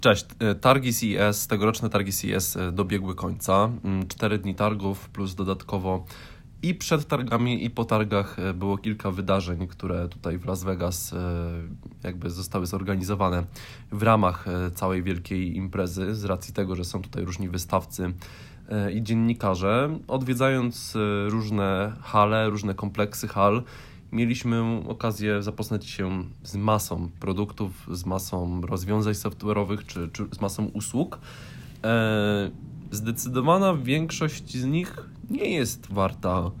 Cześć, tegoroczne targi CES dobiegły końca. 4 dni targów plus dodatkowo i przed targami i po targach było kilka wydarzeń, które tutaj w Las Vegas jakby zostały zorganizowane w ramach całej wielkiej imprezy z racji tego, że są tutaj różni wystawcy i dziennikarze. Odwiedzając różne hale, różne kompleksy hal, mieliśmy okazję zapoznać się z masą produktów, z masą rozwiązań software'owych czy z masą usług. Zdecydowana większość z nich nie jest warta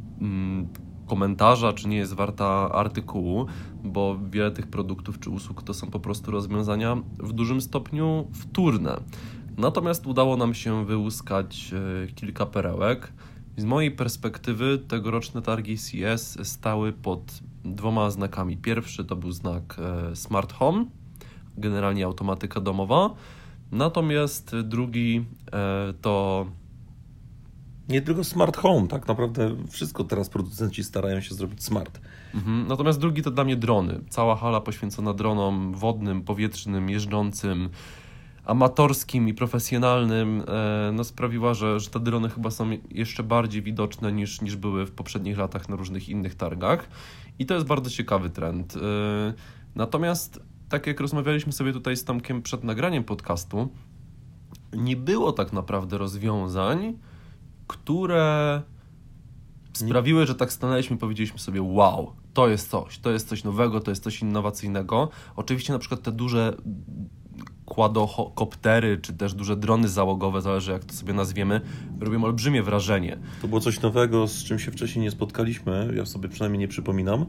komentarza, czy nie jest warta artykułu, bo wiele tych produktów czy usług to są po prostu rozwiązania w dużym stopniu wtórne. Natomiast udało nam się wyłuskać kilka perełek. Z mojej perspektywy tegoroczne targi CES stały pod 2 znakami. Pierwszy to był znak Smart Home, generalnie automatyka domowa, natomiast drugi to... Nie tylko Smart Home, tak naprawdę wszystko teraz producenci starają się zrobić smart. Natomiast drugi to dla mnie drony. Cała hala poświęcona dronom wodnym, powietrznym, jeżdżącym, amatorskim i profesjonalnym sprawiła, że te drony chyba są jeszcze bardziej widoczne niż były w poprzednich latach na różnych innych targach i to jest bardzo ciekawy trend. Natomiast tak jak rozmawialiśmy sobie tutaj z Tomkiem przed nagraniem podcastu, nie było tak naprawdę rozwiązań, które sprawiły, że tak stanęliśmy i powiedzieliśmy sobie wow, to jest coś nowego, to jest coś innowacyjnego. Oczywiście na przykład te duże quadcoptery, czy też duże drony załogowe, zależy jak to sobie nazwiemy, robią olbrzymie wrażenie. To było coś nowego, z czym się wcześniej nie spotkaliśmy, ja sobie przynajmniej nie przypominam,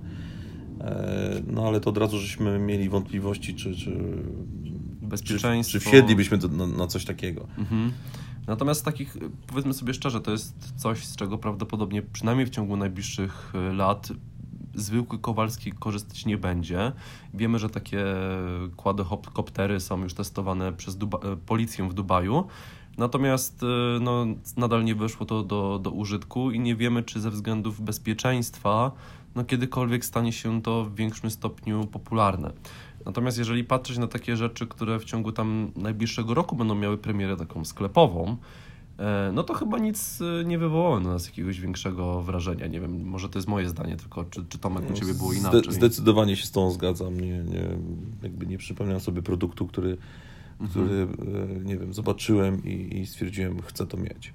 no ale to od razu żeśmy mieli wątpliwości, czy bezpieczeństwo, czy wsiedlibyśmy na coś takiego. Natomiast takich, powiedzmy sobie szczerze, to jest coś, z czego prawdopodobnie przynajmniej w ciągu najbliższych lat zwykły Kowalski korzystać nie będzie. Wiemy, że takie quadcoptery są już testowane przez policję w Dubaju, natomiast nadal nie weszło to do użytku i nie wiemy, czy ze względów bezpieczeństwa kiedykolwiek stanie się to w większym stopniu popularne. Natomiast jeżeli patrzeć na takie rzeczy, które w ciągu tam najbliższego roku będą miały premierę taką sklepową, to chyba nic nie wywołało na nas jakiegoś większego wrażenia. Nie wiem, może to jest moje zdanie, tylko czy Tomek u Ciebie było inaczej? Zdecydowanie się z tą zgadzam. Nie przypominam sobie produktu, który nie wiem, zobaczyłem i stwierdziłem, chcę to mieć.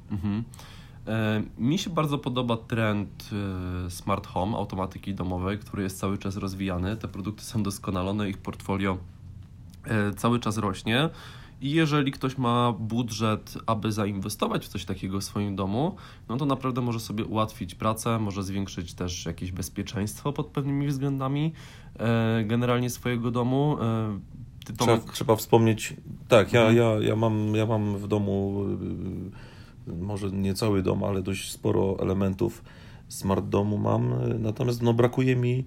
Mi się bardzo podoba trend Smart Home, automatyki domowej, który jest cały czas rozwijany. Te produkty są doskonalone, ich portfolio cały czas rośnie. I jeżeli ktoś ma budżet, aby zainwestować w coś takiego w swoim domu, to naprawdę może sobie ułatwić pracę, może zwiększyć też jakieś bezpieczeństwo pod pewnymi względami generalnie swojego domu. Trzeba wspomnieć, tak, ja mam w domu, może nie cały dom, ale dość sporo elementów smart domu mam, natomiast brakuje mi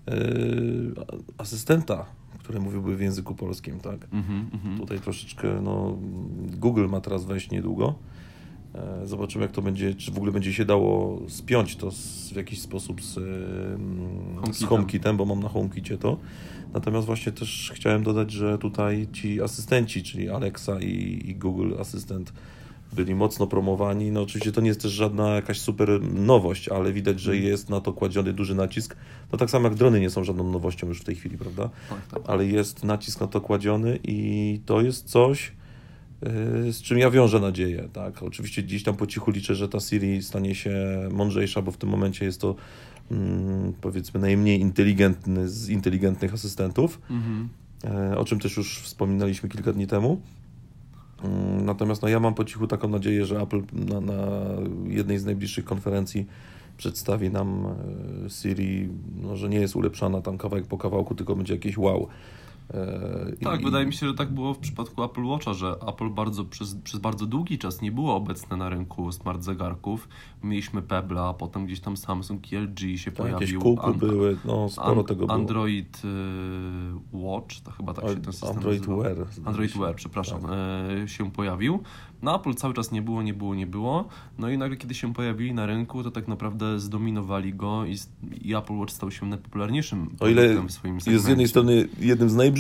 asystenta, które mówiłby w języku polskim, tak? Tutaj troszeczkę, Google ma teraz wejść niedługo. Zobaczymy, jak to będzie, czy w ogóle będzie się dało spiąć to w jakiś sposób z HomeKitem, bo mam na HomeKicie to. Natomiast właśnie też chciałem dodać, że tutaj ci asystenci, czyli Alexa i Google Asystent byli mocno promowani. Oczywiście to nie jest też żadna jakaś super nowość, ale widać, że jest na to kładziony duży nacisk. Tak samo jak drony nie są żadną nowością już w tej chwili, prawda? Tak. Ale jest nacisk na to kładziony i to jest coś, z czym ja wiążę nadzieję. Tak? Oczywiście gdzieś tam po cichu liczę, że ta Siri stanie się mądrzejsza, bo w tym momencie jest to powiedzmy najmniej inteligentny z inteligentnych asystentów, o czym też już wspominaliśmy kilka dni temu. Natomiast ja mam po cichu taką nadzieję, że Apple na jednej z najbliższych konferencji przedstawi nam Siri, że nie jest ulepszana tam kawałek po kawałku, tylko będzie jakieś wow. Tak, wydaje mi się, że tak było w przypadku Apple Watcha, że Apple przez bardzo długi czas nie było obecne na rynku smart zegarków. Mieliśmy Pebble'a, a potem gdzieś tam Samsung i LG się pojawił. Jakieś kółku były, sporo tego było. Android Watch, to chyba tak się ten system Android Wear, przepraszam, tak. Się pojawił. Apple cały czas nie było. I nagle kiedy się pojawili na rynku, to tak naprawdę zdominowali go i Apple Watch stał się najpopularniejszym produktem w swoim segmencie. Jest z jednej strony jednym z najbrzydszych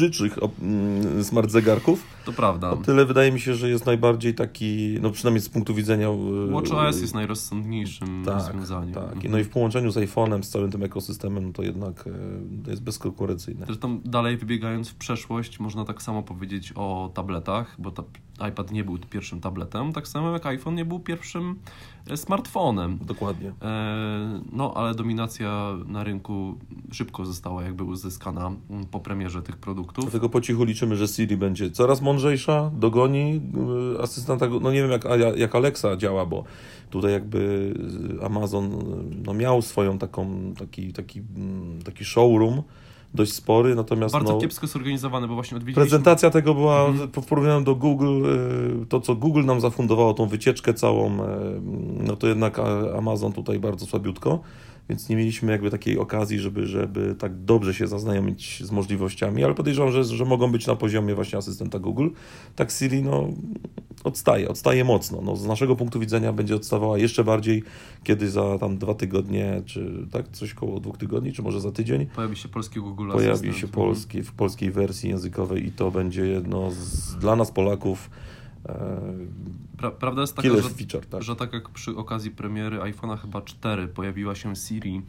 najbrzydszych smart zegarków. To prawda. O tyle wydaje mi się, że jest najbardziej taki, no przynajmniej z punktu widzenia... WatchOS jest najrozsądniejszym rozwiązaniem. Tak, no i w połączeniu z iPhone'em, z całym tym ekosystemem, no to jednak to jest bezkonkurencyjne. Zresztą dalej wybiegając w przeszłość, można tak samo powiedzieć o tabletach, bo iPad nie był pierwszym tabletem, tak samo jak iPhone nie był pierwszym smartfonem. Dokładnie. No, ale dominacja na rynku szybko została jakby uzyskana po premierze tych produktów. Dlatego po cichu liczymy, że Siri będzie coraz mądrzejsza, dogoni asystenta, no nie wiem jak Alexa działa, bo tutaj jakby Amazon no miał swoją taki showroom, dość spory, natomiast... Bardzo kiepsko zorganizowany, bo właśnie odwiedziliśmy... Prezentacja tego była, w porównaniu do Google, to co Google nam zafundowało, tą wycieczkę całą, no to jednak Amazon tutaj bardzo słabiutko, więc nie mieliśmy jakby takiej okazji, żeby tak dobrze się zaznajomić z możliwościami, ale podejrzewam, że mogą być na poziomie właśnie asystenta Google. Tak Siri, no odstaje mocno. No, z naszego punktu widzenia będzie odstawała jeszcze bardziej, kiedy za tam 2 tygodnie, czy tak, coś koło 2 tygodni, czy może za tydzień. Pojawi się polski Google Assistant. Pojawi się w polskiej wersji językowej i to będzie jedno dla nas Polaków Prawda jest taka, feature, że tak jak przy okazji premiery iPhone'a chyba 4 pojawiła się Siri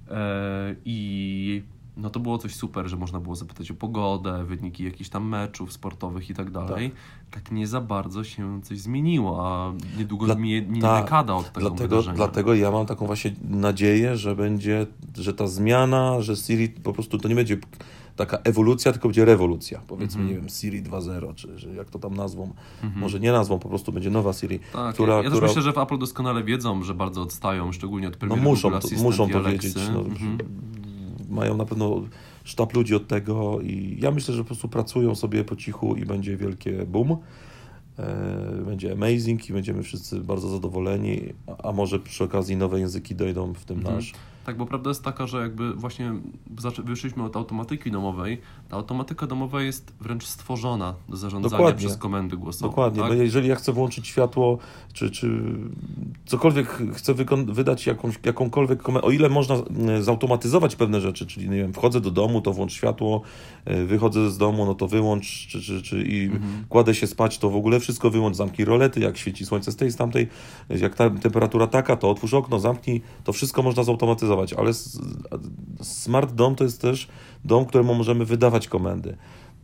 i no to było coś super, że można było zapytać o pogodę, wyniki jakichś tam meczów sportowych i tak dalej. Tak nie za bardzo się coś zmieniło, a niedługo minie dekada od tego wydarzenia. Dlatego ja mam taką właśnie nadzieję, że ta zmiana, że Siri po prostu to nie będzie taka ewolucja, tylko będzie rewolucja. Powiedzmy, nie wiem, Siri 2.0, czy jak to tam nazwą. Może nie nazwą, po prostu będzie nowa Siri. Tak, która też myślę, że w Apple doskonale wiedzą, że bardzo odstają, szczególnie od premiery Google Assistant muszą i to Alexy. wiedzieć. Mają na pewno sztab ludzi od tego i ja myślę, że po prostu pracują sobie po cichu i będzie wielkie boom. Będzie amazing i będziemy wszyscy bardzo zadowoleni, a może przy okazji nowe języki dojdą, w tym nasz. Tak, bo prawda jest taka, że jakby właśnie wyszliśmy od automatyki domowej. Ta automatyka domowa jest wręcz stworzona do zarządzania przez komendy głosowe. Dokładnie, tak? Bo jeżeli ja chcę włączyć światło, czy cokolwiek chcę wydać jakąkolwiek komendę, o ile można zautomatyzować pewne rzeczy, czyli nie wiem, wchodzę do domu, to włącz światło, wychodzę z domu, no to wyłącz, i kładę się spać, to w ogóle wszystko wyłącz, zamknij rolety, jak świeci słońce z tej, z tamtej, jak ta temperatura taka, to otwórz okno, zamknij, to wszystko można zautomatyzować. Ale smart dom to jest też dom, któremu możemy wydawać komendy.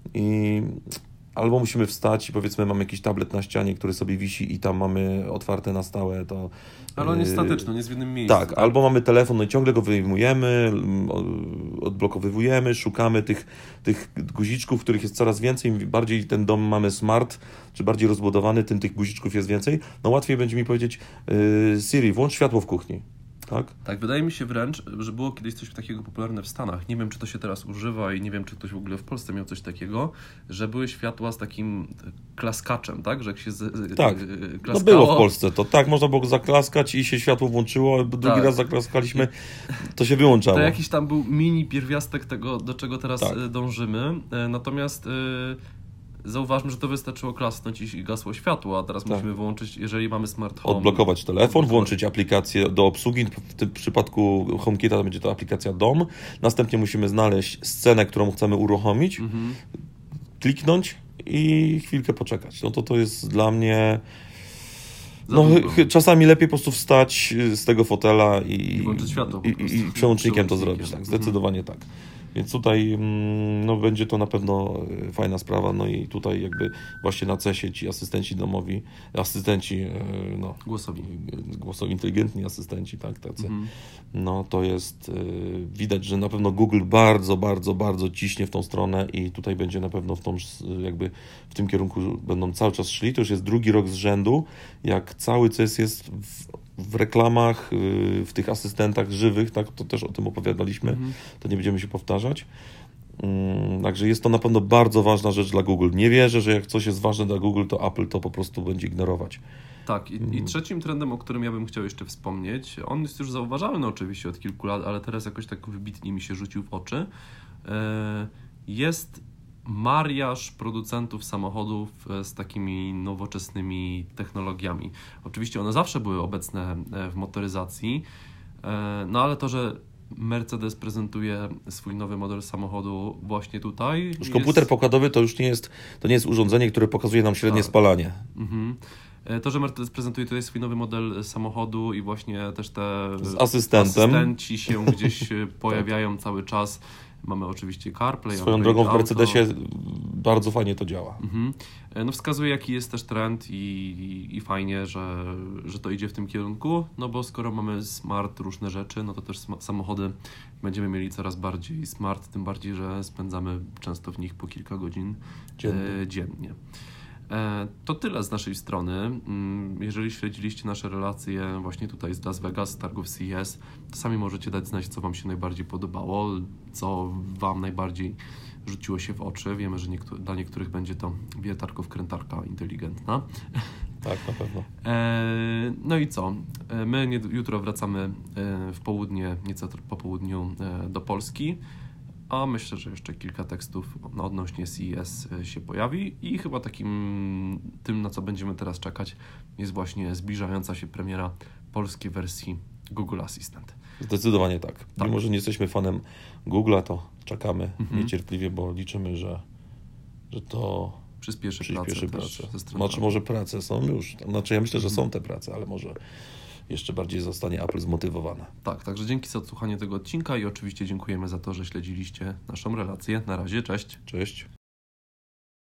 I albo musimy wstać i powiedzmy mamy jakiś tablet na ścianie, który sobie wisi i tam mamy otwarte na stałe, to... Ale on jest statyczny, nie jest w jednym miejscu. Tak, albo mamy telefon, no i ciągle go wyjmujemy, odblokowujemy, szukamy tych guziczków, których jest coraz więcej, im bardziej ten dom mamy smart, czy bardziej rozbudowany, tym tych guziczków jest więcej. No łatwiej będzie mi powiedzieć, Siri, włącz światło w kuchni. Tak, wydaje mi się wręcz, że było kiedyś coś takiego popularne w Stanach. Nie wiem, czy to się teraz używa i nie wiem, czy ktoś w ogóle w Polsce miał coś takiego, że były światła z takim klaskaczem, tak? Że jak się klaskało... No było w Polsce to, tak, można było zaklaskać i się światło włączyło, drugi raz zaklaskaliśmy, to się wyłączało. To jakiś tam był mini pierwiastek tego, do czego teraz dążymy, natomiast... Zauważmy, że to wystarczyło klasnąć i gasło światło, a teraz musimy wyłączyć, jeżeli mamy smart home. Odblokować telefon, włączyć aplikację do obsługi, w tym przypadku HomeKita to będzie to aplikacja Dom. Następnie musimy znaleźć scenę, którą chcemy uruchomić, kliknąć i chwilkę poczekać. No to jest dla mnie... No, czasami lepiej po prostu wstać z tego fotela i włączyć światło i przełącznikiem to zrobić. Tak, zdecydowanie tak. Więc tutaj no, będzie to na pewno fajna sprawa, no i tutaj jakby właśnie na CES-ie ci asystenci domowi, głosowi inteligentni asystenci, tak, tacy, no to jest, widać, że na pewno Google bardzo, bardzo, bardzo ciśnie w tą stronę i tutaj będzie na pewno w tym kierunku będą cały czas szli, to już jest 2. rok z rzędu, jak cały CES jest w reklamach, w tych asystentach żywych, tak, to też o tym opowiadaliśmy, to nie będziemy się powtarzać. Także jest to na pewno bardzo ważna rzecz dla Google. Nie wierzę, że jak coś jest ważne dla Google, to Apple to po prostu będzie ignorować. Tak, i trzecim trendem, o którym ja bym chciał jeszcze wspomnieć, on jest już zauważalny oczywiście od kilku lat, ale teraz jakoś tak wybitnie mi się rzucił w oczy, jest mariaż producentów samochodów z takimi nowoczesnymi technologiami. Oczywiście one zawsze były obecne w motoryzacji, no ale to, że Mercedes prezentuje swój nowy model samochodu właśnie tutaj. Już komputer pokładowy to już nie jest urządzenie, które pokazuje nam średnie spalanie. To, że Mercedes prezentuje tutaj swój nowy model samochodu i właśnie też te asystenci się gdzieś pojawiają cały czas. Mamy oczywiście CarPlay. Swoją drogą w Mercedesie bardzo fajnie to działa. No wskazuje, jaki jest też trend i fajnie, że to idzie w tym kierunku, no bo skoro mamy smart różne rzeczy, no to też samochody będziemy mieli coraz bardziej smart, tym bardziej, że spędzamy często w nich po kilka godzin dziennie. To tyle z naszej strony. Jeżeli śledziliście nasze relacje właśnie tutaj z Las Vegas, z targów CES, to sami możecie dać znać, co Wam się najbardziej podobało, co Wam najbardziej rzuciło się w oczy. Wiemy, że dla niektórych będzie to wietarko-wkrętarka inteligentna. Tak, na pewno. No i co? My jutro wracamy w południe, nieco po południu do Polski. A myślę, że jeszcze kilka tekstów odnośnie CES się pojawi i chyba tym, na co będziemy teraz czekać, jest właśnie zbliżająca się premiera polskiej wersji Google Assistant. Zdecydowanie tak. Mimo, że nie jesteśmy fanem Google'a, to czekamy niecierpliwie, bo liczymy, że to przyspieszy pracę. Znaczy, może prace są już. Znaczy, ja myślę, że są te prace, ale może jeszcze bardziej zostanie Apple zmotywowane. Tak, także dzięki za odsłuchanie tego odcinka i oczywiście dziękujemy za to, że śledziliście naszą relację. Na razie, cześć. Cześć.